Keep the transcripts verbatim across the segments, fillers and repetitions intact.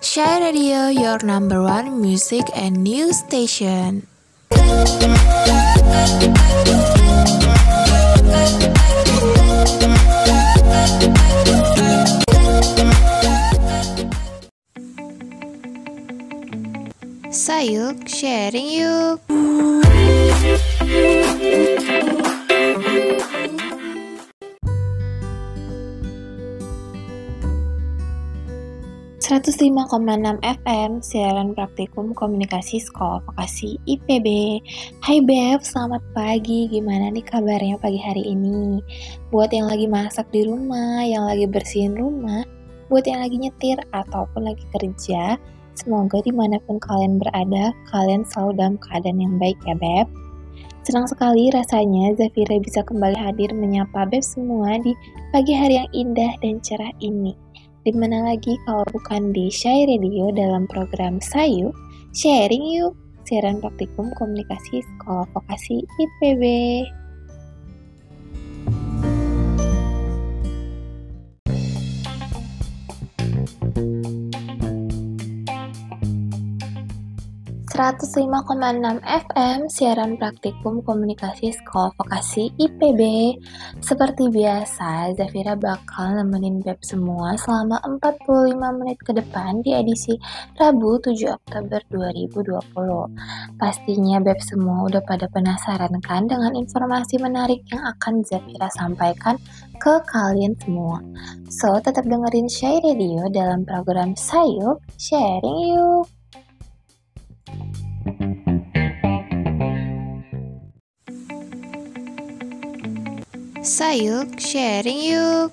Shy Radio, your number one music and news station. Sayuk, sharing yuk. seratus lima koma enam F M, siaran praktikum komunikasi Sekolah Vokasi I P B. Hai Beb, selamat pagi. Gimana nih kabarnya pagi hari ini? Buat yang lagi masak di rumah, yang lagi bersihin rumah, buat yang lagi nyetir ataupun lagi kerja, semoga dimanapun kalian berada, kalian selalu dalam keadaan yang baik ya Beb. Senang sekali rasanya Zafira bisa kembali hadir menyapa Beb semua di pagi hari yang indah dan cerah ini. Dimana lagi kalau bukan di Shy Radio dalam program Sayu, Sharing Yuk, siaran praktikum komunikasi Sekolah Vokasi I P B. seratus lima koma enam F M, siaran praktikum komunikasi Sekolah Vokasi I P B. Seperti biasa, Zafira bakal nemenin Beb semua selama empat puluh lima menit ke depan di edisi Rabu tujuh Oktober dua ribu dua puluh. Pastinya Beb semua udah pada penasaran kan dengan informasi menarik yang akan Zafira sampaikan ke kalian semua. So, tetap dengerin Shy Radio dalam program Sayuk, Sharing Yuk. Sayuk, sharing yuk.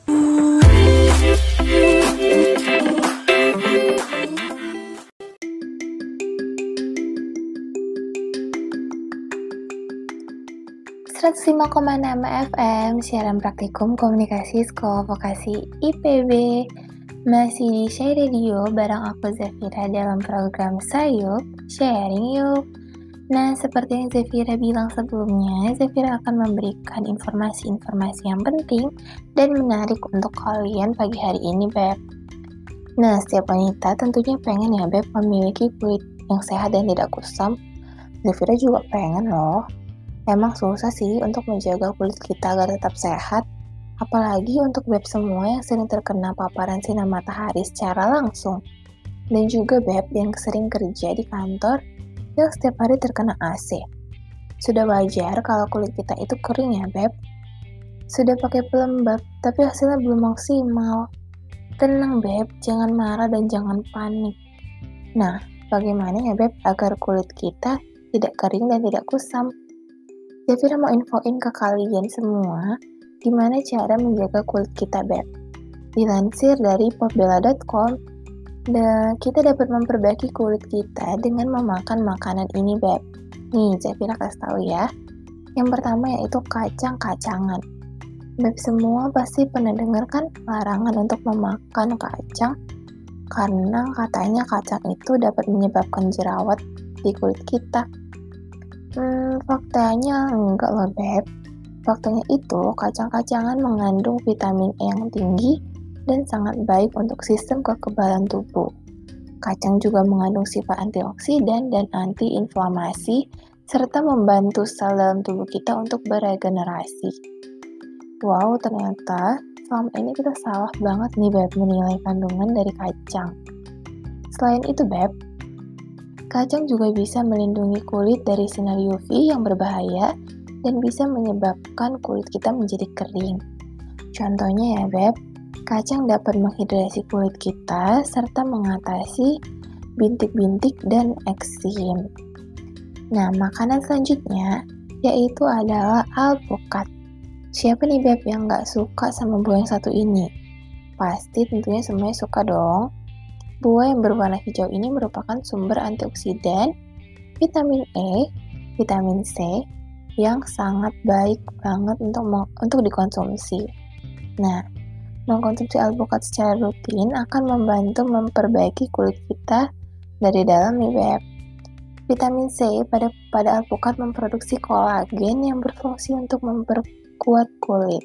seratus lima koma enam F M, siaran praktikum komunikasi Sekolah Vokasi I P B. Masih di Shy Radio bareng aku Zafira dalam program Sayuk, Sharing Yuk. Nah, seperti yang Zafira bilang sebelumnya, Zafira akan memberikan informasi-informasi yang penting dan menarik untuk kalian pagi hari ini, Beb. Nah, setiap wanita tentunya pengen ya, Beb, memiliki kulit yang sehat dan tidak kusam. Zafira juga pengen loh. Emang susah sih untuk menjaga kulit kita agar tetap sehat, apalagi untuk Beb semua yang sering terkena paparan sinar matahari secara langsung. Dan juga Beb yang sering kerja di kantor yang setiap hari terkena A C. Sudah wajar kalau kulit kita itu kering ya Beb. Sudah pakai pelembab, tapi hasilnya belum maksimal. Tenang Beb, jangan marah dan jangan panik. Nah, bagaimana ya Beb agar kulit kita tidak kering dan tidak kusam? Zafira mau infoin ke kalian semua gimana cara menjaga kulit kita Beb. Dilansir dari popbella dot com, dan kita dapat memperbaiki kulit kita dengan memakan makanan ini Beb. Nih, Zafira kasih tahu ya. Yang pertama yaitu kacang-kacangan. Beb semua pasti pernah dengar kan larangan untuk memakan kacang karena katanya kacang itu dapat menyebabkan jerawat di kulit kita. Hmm, faktanya enggak loh Beb. Faktanya itu kacang-kacangan mengandung vitamin E yang tinggi dan sangat baik untuk sistem kekebalan tubuh. Kacang juga mengandung sifat antioksidan dan antiinflamasi, serta membantu sel dalam tubuh kita untuk beregenerasi. Wow, ternyata selama ini kita salah banget nih Beb menilai kandungan dari kacang. Selain itu Beb, kacang juga bisa melindungi kulit dari sinar U V yang berbahaya dan bisa menyebabkan kulit kita menjadi kering. Contohnya ya Beb, kacang dapat menghidrasi kulit kita serta mengatasi bintik-bintik dan eksim. Nah, makanan selanjutnya yaitu adalah alpukat. Siapa nih Beb yang gak suka sama buah yang satu ini? Pasti tentunya semuanya suka dong. Buah yang berwarna hijau ini merupakan sumber antioksidan, vitamin E, vitamin C yang sangat baik banget untuk untuk dikonsumsi. Nah, mengkonsumsi alpukat secara rutin akan membantu memperbaiki kulit kita dari dalam nih Beb. Vitamin C pada pada alpukat memproduksi kolagen yang berfungsi untuk memperkuat kulit.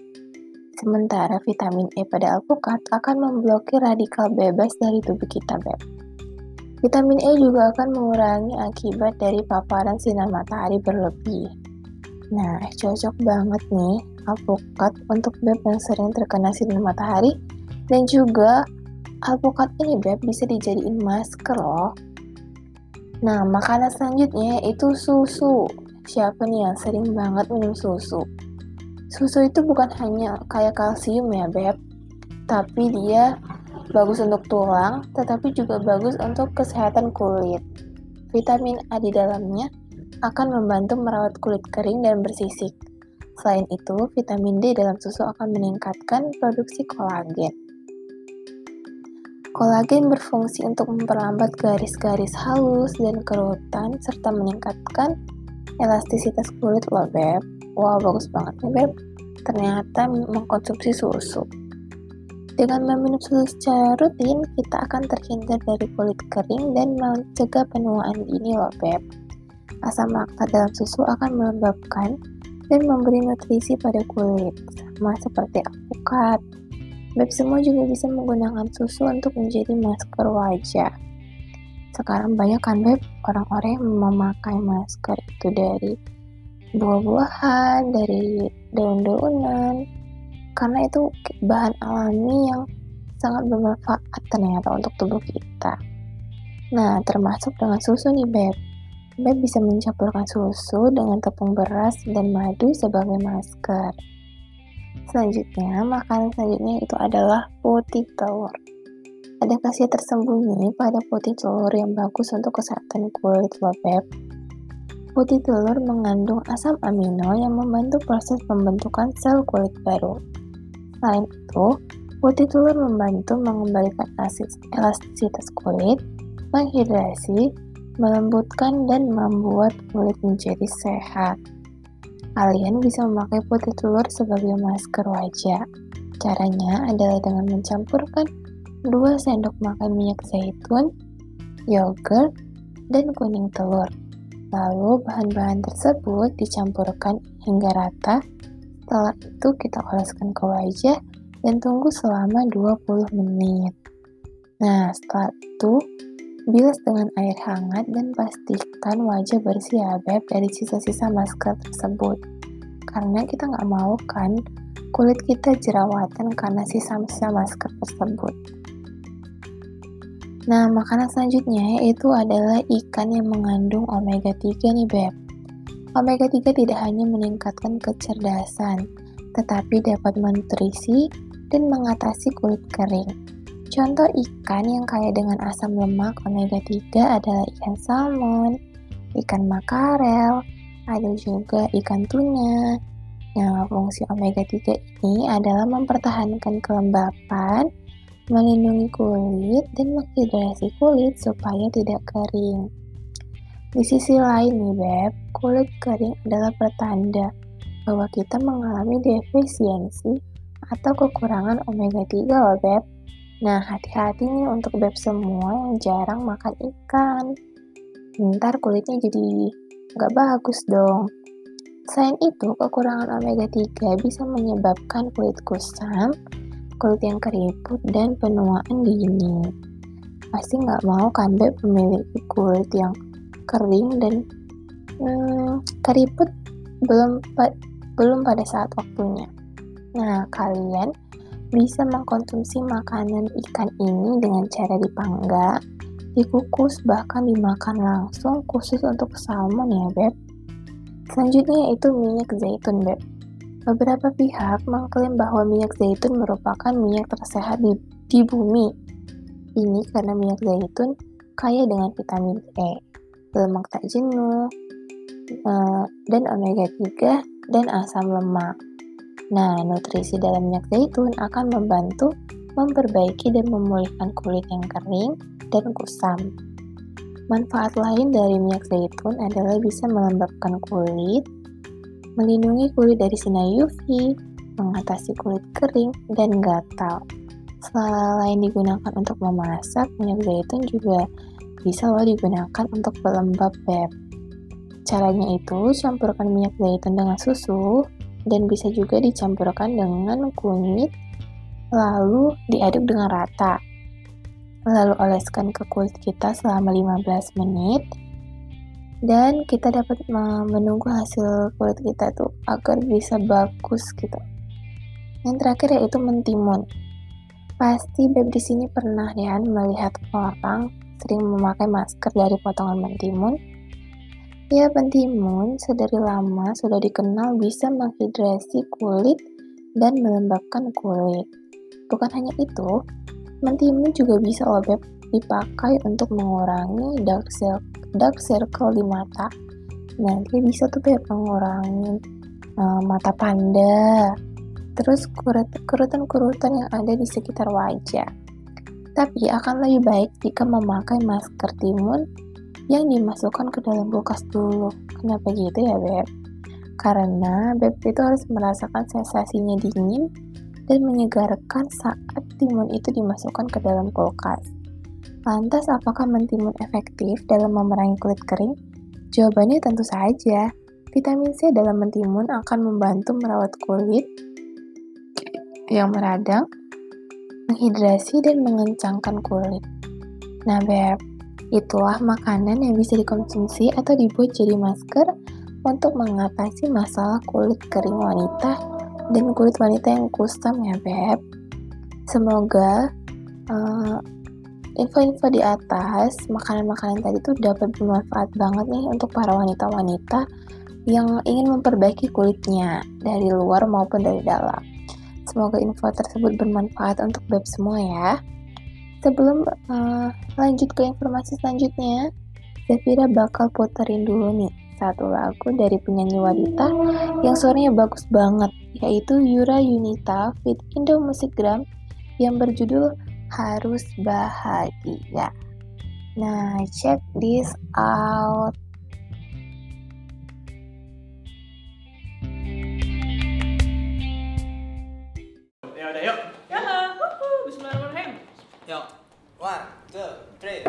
Sementara vitamin E pada alpukat akan memblokir radikal bebas dari tubuh kita, Beb. Vitamin E juga akan mengurangi akibat dari paparan sinar matahari berlebih. Nah, cocok banget nih alpukat untuk beb yang sering terkena sinar matahari, dan juga alpukat ini beb bisa dijadiin masker loh. Nah, makanan selanjutnya itu susu. Siapa nih yang sering banget minum susu? Susu itu bukan hanya kayak kalsium ya beb, tapi dia bagus untuk tulang, tetapi juga bagus untuk kesehatan kulit. Vitamin A di dalamnya akan membantu merawat kulit kering dan bersisik. Selain itu, vitamin D dalam susu akan meningkatkan produksi kolagen. Kolagen berfungsi untuk memperlambat garis-garis halus dan kerutan, serta meningkatkan elastisitas kulit loh beb. Wow, bagus banget nih beb. Ternyata mengkonsumsi susu. Dengan meminum susu secara rutin, kita akan terhindar dari kulit kering dan mencegah penuaan dini loh beb. Asam laktat dalam susu akan melembabkan dan memberi nutrisi pada kulit, sama seperti alpukat. Beb semua juga bisa menggunakan susu untuk menjadi masker wajah. Sekarang banyak kan beb orang-orang yang memakai masker itu dari buah-buahan, dari daun-daunan, karena itu bahan alami yang sangat bermanfaat ternyata untuk tubuh kita. Nah, termasuk dengan susu nih beb. Beb bisa mencampurkan susu dengan tepung beras dan madu sebagai masker. Selanjutnya, makanan selanjutnya itu adalah putih telur. Ada khasiat tersembunyi pada putih telur yang bagus untuk kesehatan kulit loh beb. Putih telur mengandung asam amino yang membantu proses pembentukan sel kulit baru. Selain itu, putih telur membantu mengembalikan elastisitas kulit, menghidrasi, melembutkan, dan membuat kulit menjadi sehat. Kalian bisa memakai putih telur sebagai masker wajah. Caranya adalah dengan mencampurkan dua sendok makan minyak zaitun, yogurt, dan kuning telur. Lalu bahan-bahan tersebut dicampurkan hingga rata. Setelah itu kita oleskan ke wajah dan tunggu selama dua puluh menit. Nah, setelah itu bilas dengan air hangat dan pastikan wajah bersih ya beb dari sisa-sisa masker tersebut. Karena kita nggak mau kan kulit kita jerawatan karena sisa-sisa masker tersebut. Nah, makanan selanjutnya yaitu adalah ikan yang mengandung omega tiga nih beb. Omega tiga tidak hanya meningkatkan kecerdasan, tetapi dapat menutrisi dan mengatasi kulit kering. Contoh ikan yang kaya dengan asam lemak omega tiga adalah ikan salmon, ikan makarel, ada juga ikan tuna. Nah, fungsi omega tiga ini adalah mempertahankan kelembapan, melindungi kulit, dan menghidrasi kulit supaya tidak kering. Di sisi lain nih beb, kulit kering adalah pertanda bahwa kita mengalami defisiensi atau kekurangan omega tiga loh beb. Nah, hati-hati nih untuk beb semua yang jarang makan ikan. Ntar kulitnya jadi nggak bagus dong. Selain itu, kekurangan omega tiga bisa menyebabkan kulit kusam, kulit yang keriput, dan penuaan dini. Pasti nggak mau kan beb memiliki kulit yang kering dan hmm, keriput belum pa- belum pada saat waktunya. Nah, kalian bisa mengkonsumsi makanan ikan ini dengan cara dipanggang, dikukus, bahkan dimakan langsung khusus untuk salmon ya beb. Selanjutnya yaitu minyak zaitun beb. Beberapa pihak mengklaim bahwa minyak zaitun merupakan minyak tersehat di, di bumi. Ini karena minyak zaitun kaya dengan vitamin E, lemak tak jenuh, uh, dan omega tiga dan asam lemak. Nah, nutrisi dalam minyak zaitun akan membantu memperbaiki dan memulihkan kulit yang kering dan kusam. Manfaat lain dari minyak zaitun adalah bisa melembabkan kulit, melindungi kulit dari sinar U V, mengatasi kulit kering dan gatal. Selain digunakan untuk memasak, minyak zaitun juga bisa loh digunakan untuk pelembab beb. Caranya itu, campurkan minyak zaitun dengan susu, dan bisa juga dicampurkan dengan kunyit, lalu diaduk dengan rata. lalu oleskan ke kulit kita selama lima belas menit, dan kita dapat menunggu hasil kulit kita tuh agar bisa bagus gitu. Yang terakhir yaitu mentimun. Pasti Beb di sini pernah ya melihat orang sering memakai masker dari potongan mentimun. Ya, mentimun sedari lama sudah dikenal bisa menghidrasi kulit dan melembabkan kulit. Bukan hanya itu, mentimun juga bisa loh Beb dipakai untuk mengurangi dark circle, dark circle di mata. Nah, dia bisa tuh Beb mengurangi uh, mata panda, terus kerutan-kerutan yang ada di sekitar wajah. Tapi akan lebih baik jika memakai masker timun yang dimasukkan ke dalam kulkas dulu. Kenapa gitu ya Beb? Karena Beb itu harus merasakan sensasinya dingin dan menyegarkan saat timun itu dimasukkan ke dalam kulkas. Lantas apakah mentimun efektif dalam memerangi kulit kering? Jawabannya tentu saja. Vitamin C dalam mentimun akan membantu merawat kulit yang meradang, menghidrasi dan mengencangkan kulit. Nah Beb, itulah makanan yang bisa dikonsumsi atau dibuat jadi masker untuk mengatasi masalah kulit kering wanita dan kulit wanita yang kusam ya Beb. Semoga uh, info-info di atas makanan-makanan tadi tuh dapat bermanfaat banget nih untuk para wanita-wanita yang ingin memperbaiki kulitnya dari luar maupun dari dalam. Semoga info tersebut bermanfaat untuk Beb semua ya. Sebelum uh, lanjut ke informasi selanjutnya, Zafira bakal puterin dulu nih satu lagu dari penyanyi wanita yang suaranya bagus banget, yaitu Yura Yunita feat Indo Musikgram yang berjudul Harus Bahagia. Nah, check this out. Ya udah yuk. Ya, bismillahirrahmanirrahim. Yuk. One, two, three.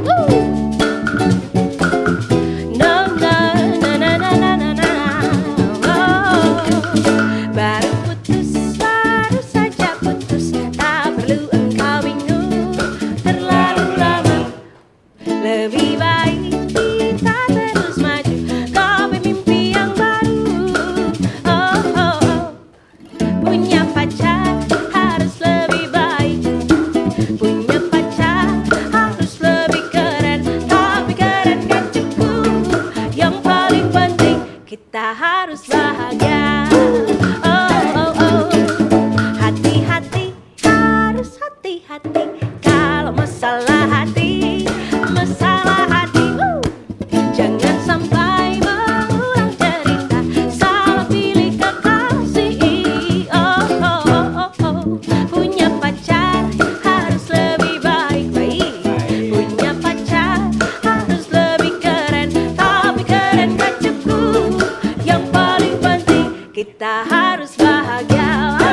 No, no, na na na na na na. Oh, baru putus, baru saja putus. Tak perlu engkau bingung terlalu lama. Lebih baik kita terus maju. Kau bermimpi yang baru. Oh, oh, oh. Punya pacar harus lebih baik. Punya pacar harus lebih keren. Tapi keren gak cukup. Yang paling penting kita harus bahagia. Oh, oh, oh. Hati-hati, harus hati-hati. Kalau masalah hati, masalah hati. uh. Jangan sampai mengulang cerita. Salah pilih kekasih. Oh, oh, oh, oh, oh. Punya pacar harus lebih baik-baik. Punya pacar harus lebih keren. Tapi keren gak cukup. Yang paling penting kita harus bahagia.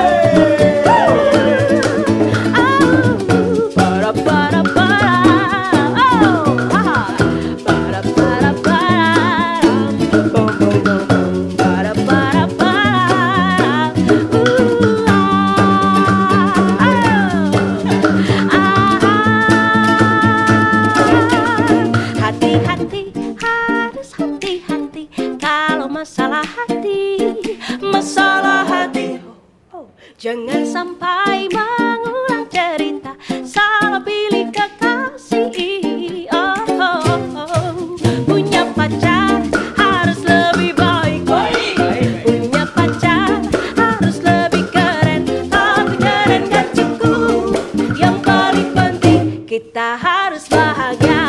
Oh, para para para. Oh, ah. Para para para. Bom bom bom bom. Para para para. Uh, ah. Hati-hati, harus hati-hati. Kalau masalah hati, masalah hati. Oh, jangan sampai mengulang cerita. Salah pilih kekasih. Oh, oh, oh. Punya pacar harus lebih baik. Punya pacar harus lebih keren. Tapi keren gak cukup. Yang paling penting kita harus bahagia.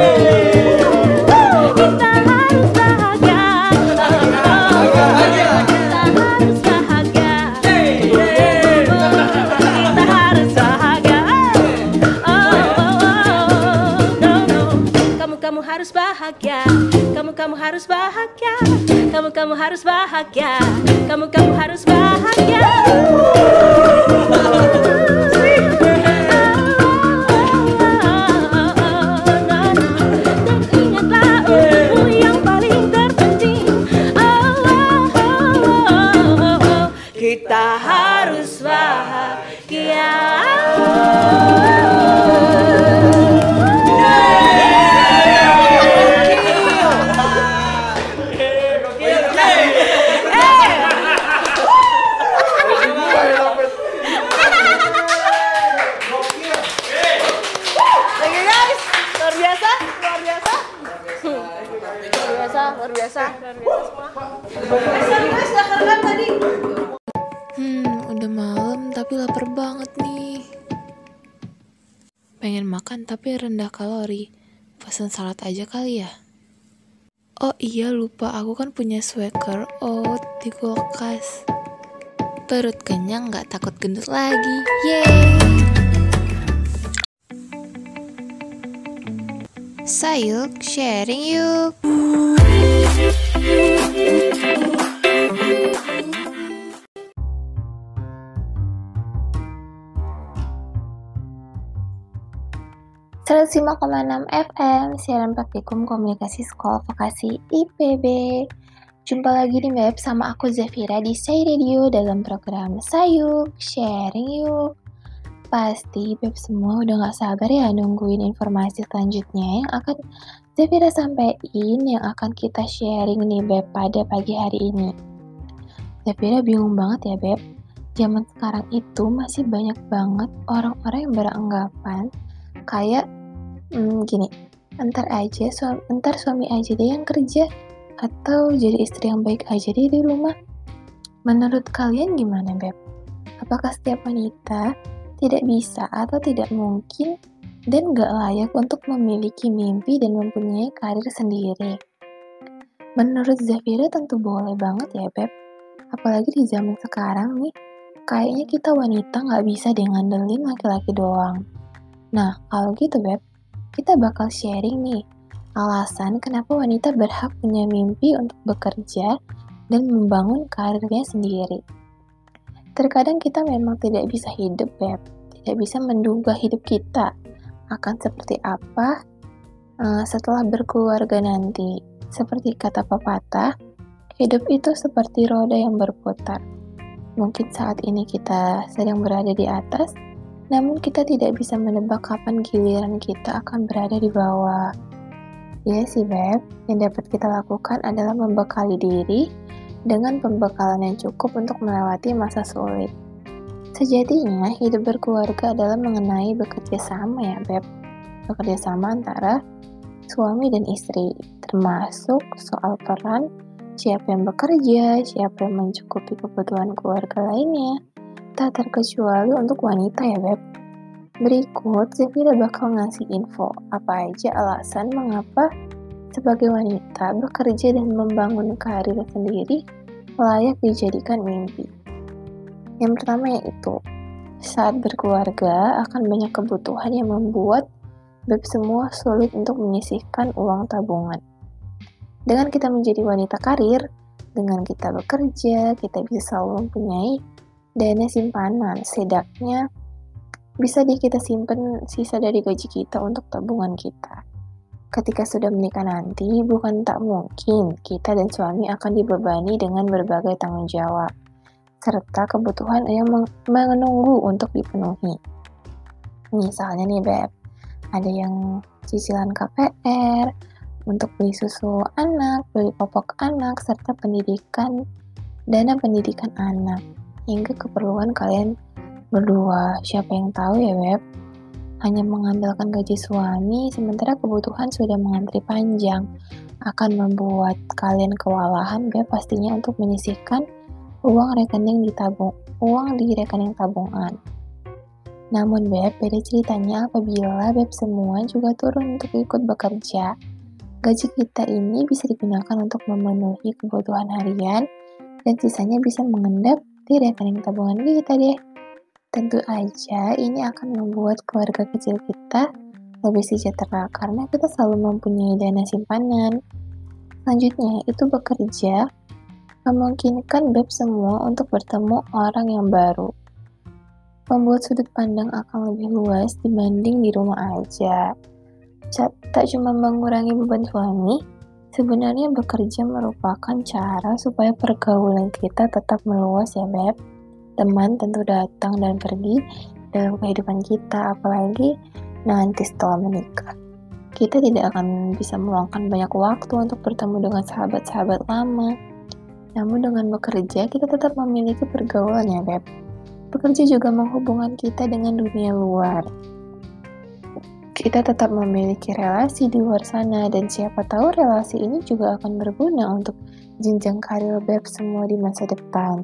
Kita harus bahagia. Kita harus bahagia. Kita harus bahagia. Oh, oh, oh, no, no. Kamu kamu harus bahagia. Kamu kamu harus bahagia. Kamu kamu harus bahagia. Kamu kamu harus bahagia. Dan ingatlah ilmu yang paling terpenting. Oh, oh, oh, oh, oh. Kita harus bahagia. biasa, luar biasa semua. Sorry guys, gak kerekam tadi. Hmm, udah malam tapi lapar banget nih. Pengen makan tapi rendah kalori. Pesan salad aja kali ya. Oh iya, lupa, aku kan punya Quaker oat di kulkas. Perut kenyang gak takut gendut lagi. Yeay! Sayuk, sharing yuk! seratus lima koma enam F M, siaran praktikum komunikasi sekolah vokasi I P B. Jumpa lagi nih Beb sama aku Zafira di Say Radio dalam program Sayuk, Sharing Yuk. Pasti Beb semua udah gak sabar ya nungguin informasi selanjutnya yang akan Zafira sampein, yang akan kita sharing nih Beb pada pagi hari ini. Zafira bingung banget ya Beb, zaman sekarang itu masih banyak banget orang-orang yang beranggapan kayak Hmm, gini, entar aja, suami, entar suami aja deh yang kerja, atau jadi istri yang baik aja deh di rumah. Menurut kalian gimana, Beb? Apakah setiap wanita tidak bisa atau tidak mungkin dan gak layak untuk memiliki mimpi dan mempunyai karir sendiri? Menurut Zafira tentu boleh banget ya, Beb. Apalagi di zaman sekarang nih, kayaknya kita wanita gak bisa deh ngandelin laki-laki doang. Nah, kalau gitu, Beb, kita bakal sharing nih alasan kenapa wanita berhak punya mimpi untuk bekerja dan membangun karirnya sendiri. Terkadang kita memang tidak bisa hidup, Beb. Tidak bisa menduga hidup kita akan seperti apa uh, setelah berkeluarga nanti. Seperti kata pepatah, hidup itu seperti roda yang berputar. Mungkin saat ini kita sedang berada di atas, namun kita tidak bisa menebak kapan giliran kita akan berada di bawah. Ya sih Beb, yang dapat kita lakukan adalah membekali diri dengan pembekalan yang cukup untuk melewati masa sulit. Sejatinya, hidup berkeluarga adalah mengenai bekerja sama ya Beb. Bekerja sama antara suami dan istri, termasuk soal peran siapa yang bekerja, siapa yang mencukupi kebutuhan keluarga lainnya. Tak terkecuali untuk wanita ya Beb. Berikut Zafira bakal ngasih info apa aja alasan mengapa sebagai wanita bekerja dan membangun karir sendiri layak dijadikan mimpi. Yang pertama yaitu, saat berkeluarga akan banyak kebutuhan yang membuat Beb semua sulit untuk menyisihkan uang tabungan. Dengan kita menjadi wanita karir, dengan kita bekerja, kita bisa selalu mempunyai dana simpanan, setidaknya bisa deh kita simpen sisa dari gaji kita untuk tabungan kita. Ketika sudah menikah nanti, bukan tak mungkin kita dan suami akan dibebani dengan berbagai tanggung jawab, serta kebutuhan yang menunggu untuk dipenuhi. Misalnya nih Beb, ada yang cicilan K P R, untuk beli susu anak, beli popok anak, serta pendidikan, dana pendidikan anak, hingga keperluan kalian berdua. Siapa yang tahu ya Beb, hanya mengandalkan gaji suami sementara kebutuhan sudah mengantri panjang, akan membuat kalian kewalahan Beb pastinya untuk menyisihkan uang rekening di tabung uang di rekening tabungan. Namun Beb, beda ceritanya apabila Beb semua juga turun untuk ikut bekerja. Gaji kita ini bisa digunakan untuk memenuhi kebutuhan harian dan sisanya bisa mengendap di rekening tabungan kita deh. Tentu aja ini akan membuat keluarga kecil kita lebih sejahtera karena kita selalu mempunyai dana simpanan. Selanjutnya itu bekerja memungkinkan Beb semua untuk bertemu orang yang baru, membuat sudut pandang akan lebih luas dibanding di rumah aja. Tak cuma mengurangi beban suami, sebenarnya bekerja merupakan cara supaya pergaulan kita tetap meluas ya Beb. Teman tentu datang dan pergi dalam kehidupan kita, apalagi nanti setelah menikah. Kita tidak akan bisa meluangkan banyak waktu untuk bertemu dengan sahabat-sahabat lama. Namun dengan bekerja, kita tetap memiliki pergaulan ya Beb. Bekerja juga menghubungkan kita dengan dunia luar. kita tetap memiliki relasi di luar sana, dan siapa tahu relasi ini juga akan berguna untuk jenjang karir Beb semua di masa depan.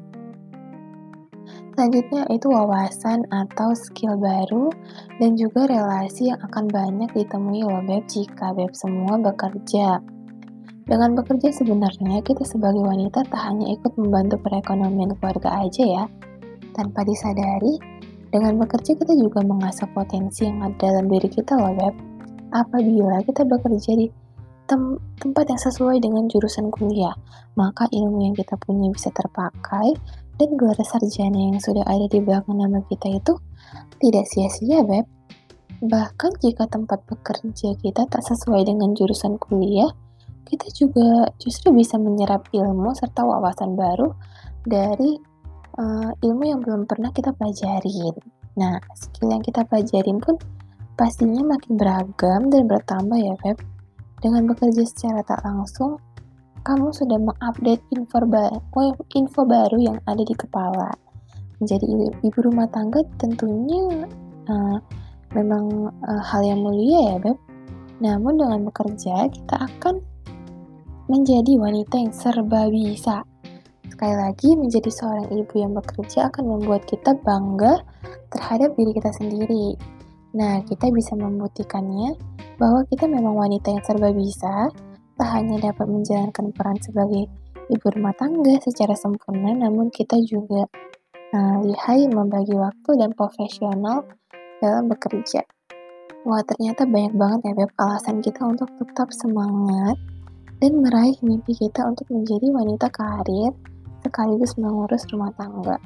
Selanjutnya itu wawasan atau skill baru dan juga relasi yang akan banyak ditemui oleh Beb jika Beb semua bekerja. Dengan bekerja sebenarnya kita sebagai wanita tak hanya ikut membantu perekonomian keluarga aja ya. Tanpa disadari, dengan bekerja kita juga mengasah potensi yang ada dalam diri kita loh Beb. Apabila kita bekerja di tem- tempat yang sesuai dengan jurusan kuliah, maka ilmu yang kita punya bisa terpakai dan gelar sarjana yang sudah ada di belakang nama kita itu tidak sia-sia Beb. Bahkan jika tempat bekerja kita tak sesuai dengan jurusan kuliah, kita juga justru bisa menyerap ilmu serta wawasan baru dari uh, ilmu yang belum pernah kita pelajarin. Nah, skill yang kita pelajarin pun pastinya makin beragam dan bertambah ya Beb. Dengan bekerja secara tak langsung, kamu sudah mengupdate info, ba- info baru yang ada di kepala. Menjadi ibu rumah tangga tentunya uh, memang uh, hal yang mulia ya Beb. Namun dengan bekerja kita akan menjadi wanita yang serba bisa. Sekali lagi, menjadi seorang ibu yang bekerja akan membuat kita bangga terhadap diri kita sendiri. Nah, kita bisa membuktikannya bahwa kita memang wanita yang serba bisa, tak hanya dapat menjalankan peran sebagai ibu rumah tangga secara sempurna, namun kita juga uh, lihai membagi waktu dan profesional dalam bekerja. Wah, ternyata banyak banget ya Beb alasan kita untuk tetap semangat dan meraih mimpi kita untuk menjadi wanita karir sekaligus mengurus rumah tangga.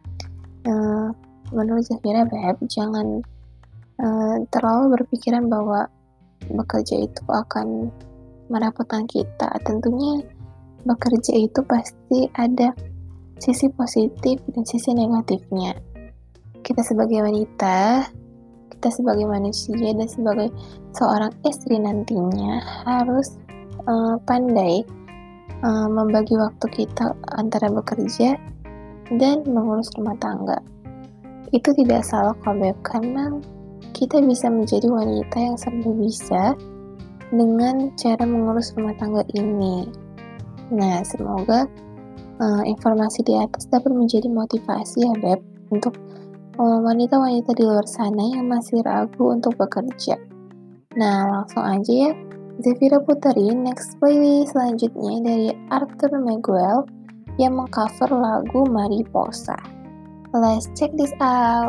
Uh, menurut Zafira Beb, jangan uh, terlalu berpikiran bahwa bekerja itu akan merepotkan kita. Tentunya bekerja itu pasti ada sisi positif dan sisi negatifnya. Kita sebagai wanita, kita sebagai manusia dan sebagai seorang istri nantinya harus uh, pandai uh, membagi waktu kita antara bekerja dan mengurus rumah tangga. Itu tidak salah kok Beb, karena kita bisa menjadi wanita yang serba bisa dengan cara mengurus rumah tangga ini. Nah, semoga uh, informasi di atas dapat menjadi motivasi ya Beb untuk uh, wanita-wanita di luar sana yang masih ragu untuk bekerja. Nah, langsung aja ya, Zafira puterin next playlist selanjutnya dari Arthur Miguel yang mengcover lagu Mariposa. Let's check this out.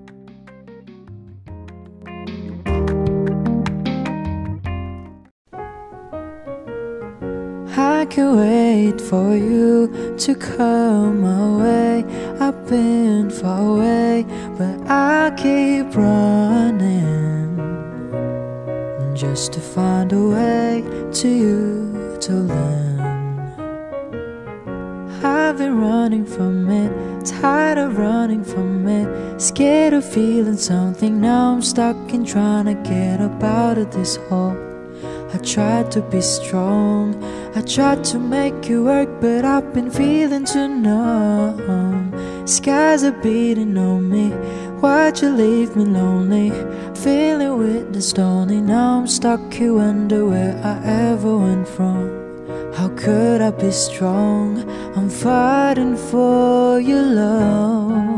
I can't wait for you to come my way. I've been far away, but I keep running just to find a way to you to learn. I've been running from it, tired of running from it, scared of feeling something. Now I'm stuck in trying to get up out of this hole. I tried to be strong, I tried to make it work, but I've been feeling too numb. Skies are beating on me, why'd you leave me lonely? Feeling witnessed only, now I'm stuck here, wonder where I ever went from. How could I be strong? I'm fighting for your love.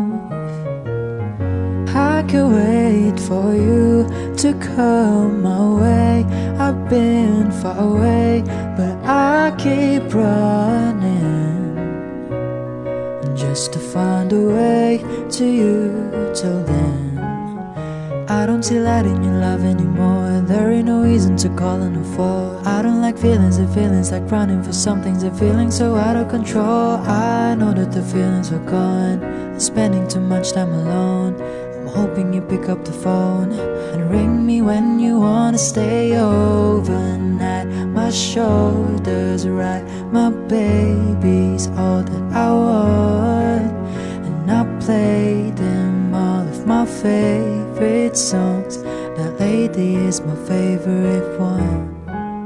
I can't wait for you to come my way. I've been far away, but I keep running just to find a way to you till then. I don't see light in your love anymore. There ain't no reason to call in a fall. I don't like feelings and feelings like running for some things and feeling so out of control. I know that the feelings are gone, I'm spending too much time alone. Hoping you pick up the phone and ring me when you wanna stay overnight. My shoulders right, my baby's all that I want, and I play them all of my favorite songs. That lady is my favorite one.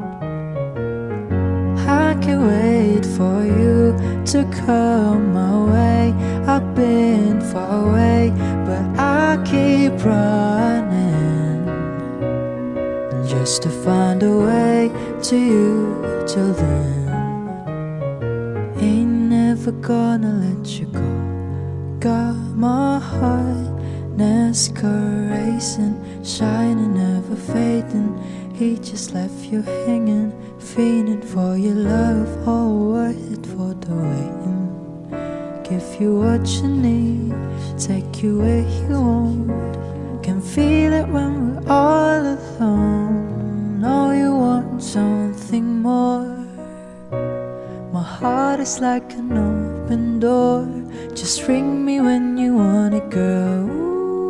I can't wait for you to come my way. I've been far away, but I keep running just to find a way to you. Till then, ain't never gonna let you go. Got my heart NASCAR racing, shining, never fading. He just left you hanging, fiending for your love, all worth it for the waiting. Give you what you need, take you where you want. Can feel it when we're all alone. Know you want something more. My heart is like an open door. Just ring me when you want it, girl.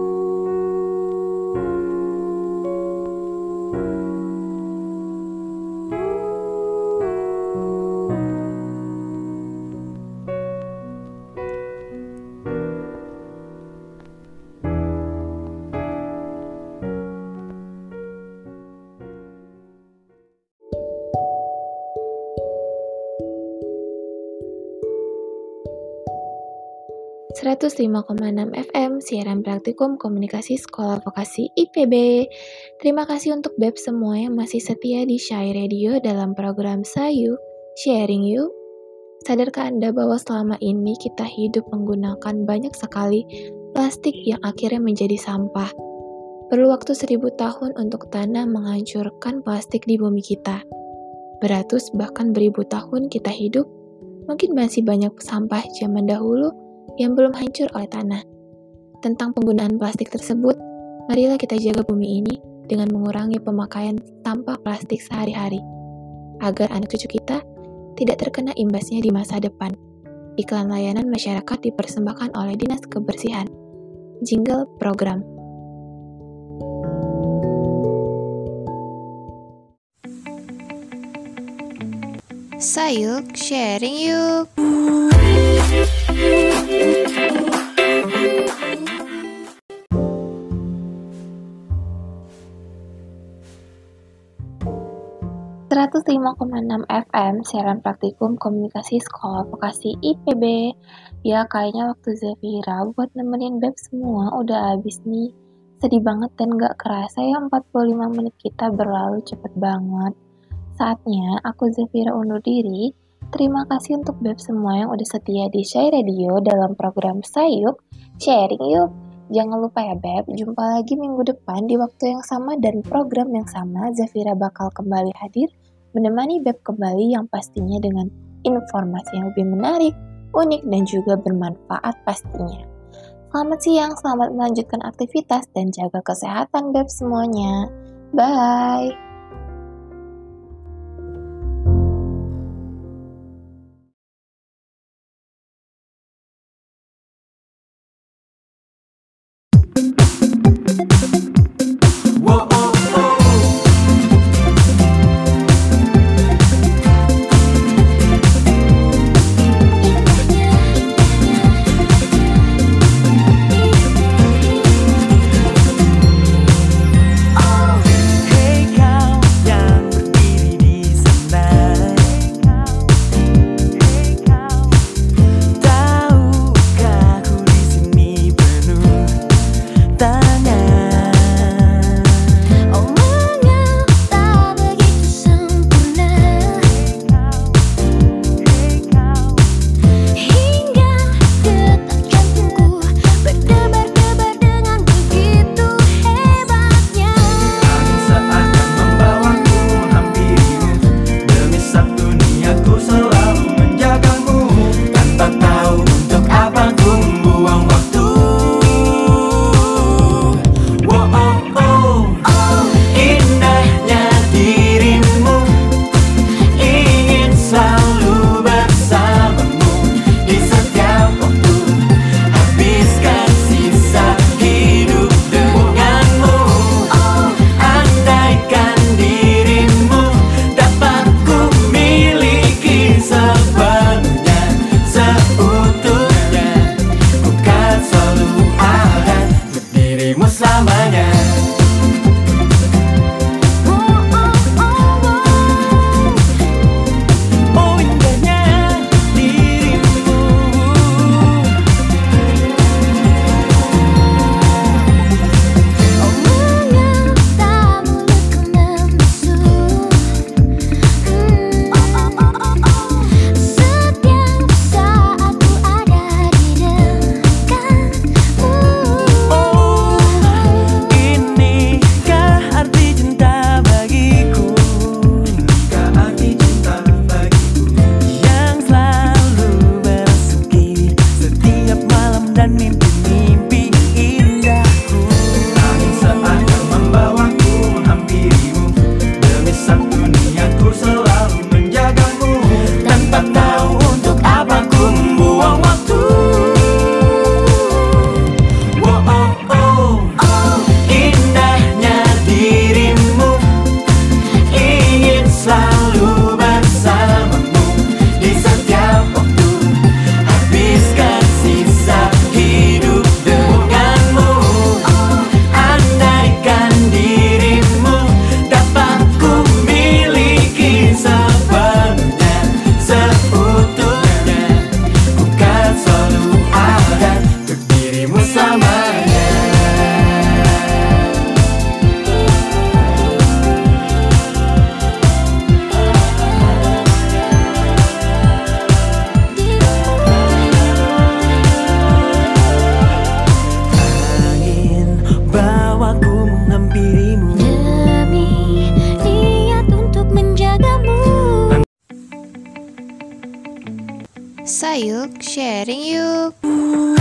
seratus lima koma enam F M, siaran praktikum komunikasi sekolah vokasi I P B. Terima kasih untuk Beb semua yang masih setia di Shy Radio dalam program Sayu, Sharing You. Sadarkah Anda bahwa selama ini kita hidup menggunakan banyak sekali plastik yang akhirnya menjadi sampah? Perlu waktu seribu tahun untuk tanah menghancurkan plastik di bumi kita. Beratus bahkan beribu tahun kita hidup, mungkin masih banyak sampah zaman dahulu yang belum hancur oleh tanah. Tentang penggunaan plastik tersebut, marilah kita jaga bumi ini dengan mengurangi pemakaian sampah plastik sehari-hari, agar anak cucu kita tidak terkena imbasnya di masa depan. Iklan layanan masyarakat dipersembahkan oleh Dinas Kebersihan. Jingle program. Sayuk, sharing yuk. seratus lima koma enam F M, siaran praktikum komunikasi sekolah vokasi I P B. Ya, kayaknya waktu Zafira buat nemenin Beb semua udah habis nih. Sedih banget dan gak kerasa ya empat puluh lima menit kita berlalu cepet banget. Saatnya aku Zafira undur diri. Terima kasih untuk Beb semua yang udah setia di Shy Radio dalam program Sayuk, Sharing Yuk. Jangan lupa ya Beb, jumpa lagi minggu depan di waktu yang sama dan program yang sama. Zafira bakal kembali hadir menemani Beb kembali yang pastinya dengan informasi yang lebih menarik, unik, dan juga bermanfaat pastinya. Selamat siang, selamat melanjutkan aktivitas, dan jaga kesehatan Beb semuanya. Bye! Hey, yuk, sharing yuk.